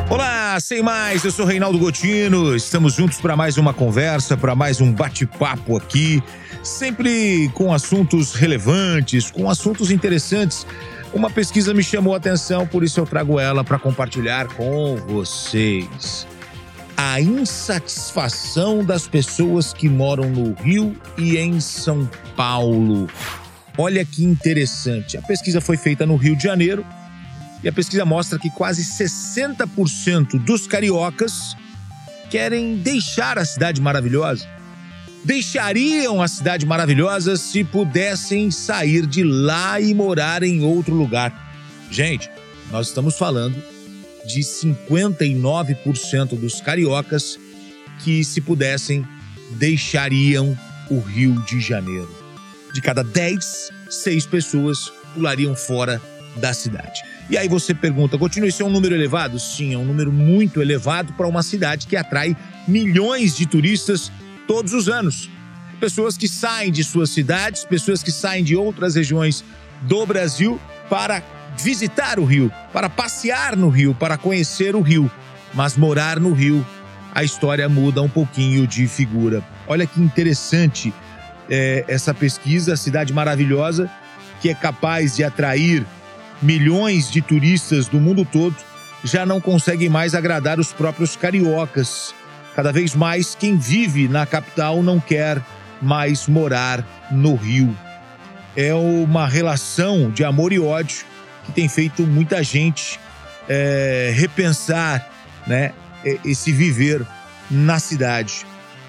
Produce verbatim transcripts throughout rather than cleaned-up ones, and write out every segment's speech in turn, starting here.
Olá, sem mais, eu sou Reinaldo Gotino, estamos juntos para mais uma conversa, para mais um bate-papo aqui, sempre com assuntos relevantes, com assuntos interessantes. Uma pesquisa me chamou a atenção, por isso eu trago ela para compartilhar com vocês. A insatisfação das pessoas que moram no Rio e em São Paulo. Olha que interessante, a pesquisa foi feita no Rio de Janeiro, e a pesquisa mostra que quase sessenta por cento dos cariocas querem deixar a cidade maravilhosa. Deixariam a cidade maravilhosa se pudessem sair de lá e morar em outro lugar. Gente, nós estamos falando de cinquenta e nove por cento dos cariocas que, se pudessem, deixariam o Rio de Janeiro. De cada dez, seis pessoas pulariam fora da cidade. E aí você pergunta, Gotino, isso é um número elevado? Sim, é um número muito elevado para uma cidade que atrai milhões de turistas todos os anos. Pessoas que saem de suas cidades, pessoas que saem de outras regiões do Brasil para visitar o Rio, para passear no Rio, para conhecer o Rio. Mas morar no Rio, a história muda um pouquinho de figura. Olha que interessante é, essa pesquisa, cidade maravilhosa, que é capaz de atrair milhões de turistas do mundo todo, já não consegue mais agradar os próprios cariocas. Cada vez mais, quem vive na capital não quer mais morar no Rio. É uma relação de amor e ódio que tem feito muita gente é, repensar, né, esse viver na cidade.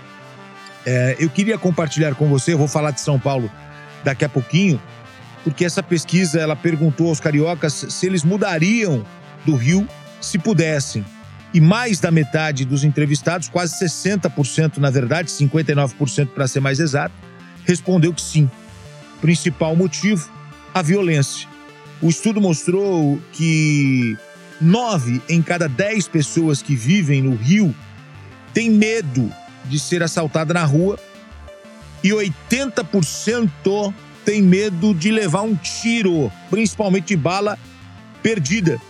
É, eu queria compartilhar com você, eu vou falar de São Paulo daqui a pouquinho, porque essa pesquisa ela perguntou aos cariocas se eles mudariam do Rio se pudessem. E mais da metade dos entrevistados, quase sessenta por cento na verdade, cinquenta e nove por cento para ser mais exato, respondeu que sim. Principal motivo, a violência. O estudo mostrou que nove em cada dez pessoas que vivem no Rio têm medo de ser assaltada na rua e oitenta por cento tem medo de levar um tiro, principalmente de bala perdida.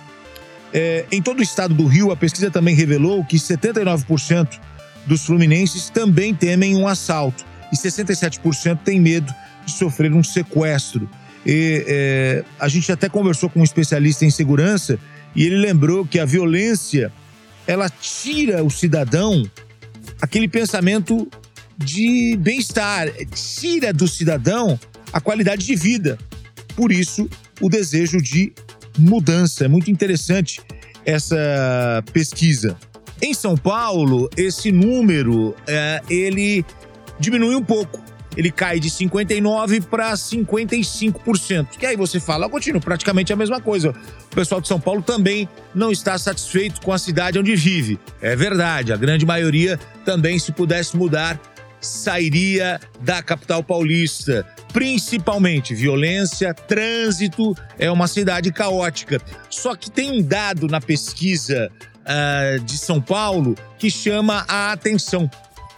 É, em todo o estado do Rio, a pesquisa também revelou que setenta e nove por cento dos fluminenses também temem um assalto e sessenta e sete por cento têm medo de sofrer um sequestro. E, é, a gente até conversou com um especialista em segurança e ele lembrou que a violência, ela tira o cidadão aquele pensamento de bem-estar, tira do cidadão a qualidade de vida. Por isso, o desejo de mudança. É muito interessante essa pesquisa. Em São Paulo, esse número, é, ele diminui um pouco. Ele cai de cinquenta e nove por cento para cinquenta e cinco por cento. Que aí você fala, Gotino, praticamente a mesma coisa. O pessoal de São Paulo também não está satisfeito com a cidade onde vive. É verdade, a grande maioria também, se pudesse mudar, sairia da capital paulista. Principalmente violência, trânsito, é uma cidade caótica. Só que tem um dado na pesquisa uh, de São Paulo que chama a atenção.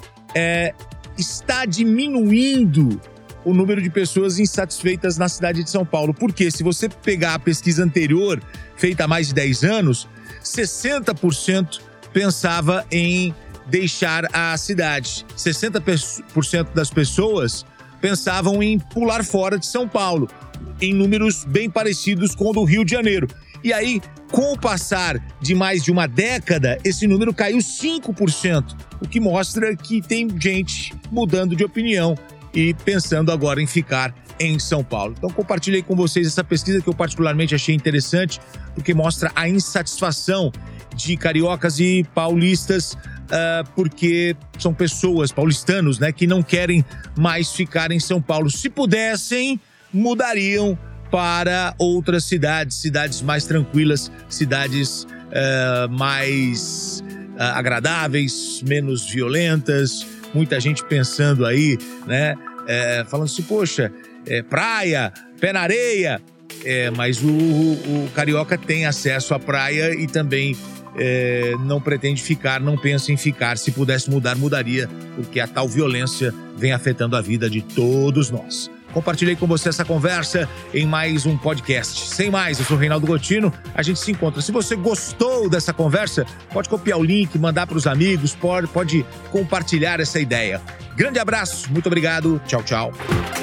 É, está diminuindo o número de pessoas insatisfeitas na cidade de São Paulo. Porque se você pegar a pesquisa anterior, feita há mais de dez anos, sessenta por cento pensava em deixar a cidade. sessenta por cento das pessoas pensavam em pular fora de São Paulo, em números bem parecidos com o do Rio de Janeiro. E aí, com o passar de mais de uma década, esse número caiu cinco por cento, o que mostra que tem gente mudando de opinião e pensando agora em ficar em São Paulo. Então, compartilhei com vocês essa pesquisa que eu particularmente achei interessante, porque mostra a insatisfação de cariocas e paulistas, uh, porque são pessoas, paulistanos, né, que não querem mais ficar em São Paulo. Se pudessem, mudariam para outras cidades, cidades mais tranquilas, cidades uh, mais uh, agradáveis, menos violentas. Muita gente pensando aí, né, uh, falando assim, poxa, é, praia, pé na areia, é, mas o, o carioca tem acesso à praia e também é, não pretende ficar, não pensa em ficar. Se pudesse mudar, mudaria, porque a tal violência vem afetando a vida de todos nós. compartilhei com você essa conversa em mais um podcast. Sem mais, eu sou o Reinaldo Gotino, a gente se encontra. Se você gostou dessa conversa, pode copiar o link, mandar para os amigos, pode, pode compartilhar essa ideia. Grande abraço, muito obrigado, tchau, tchau.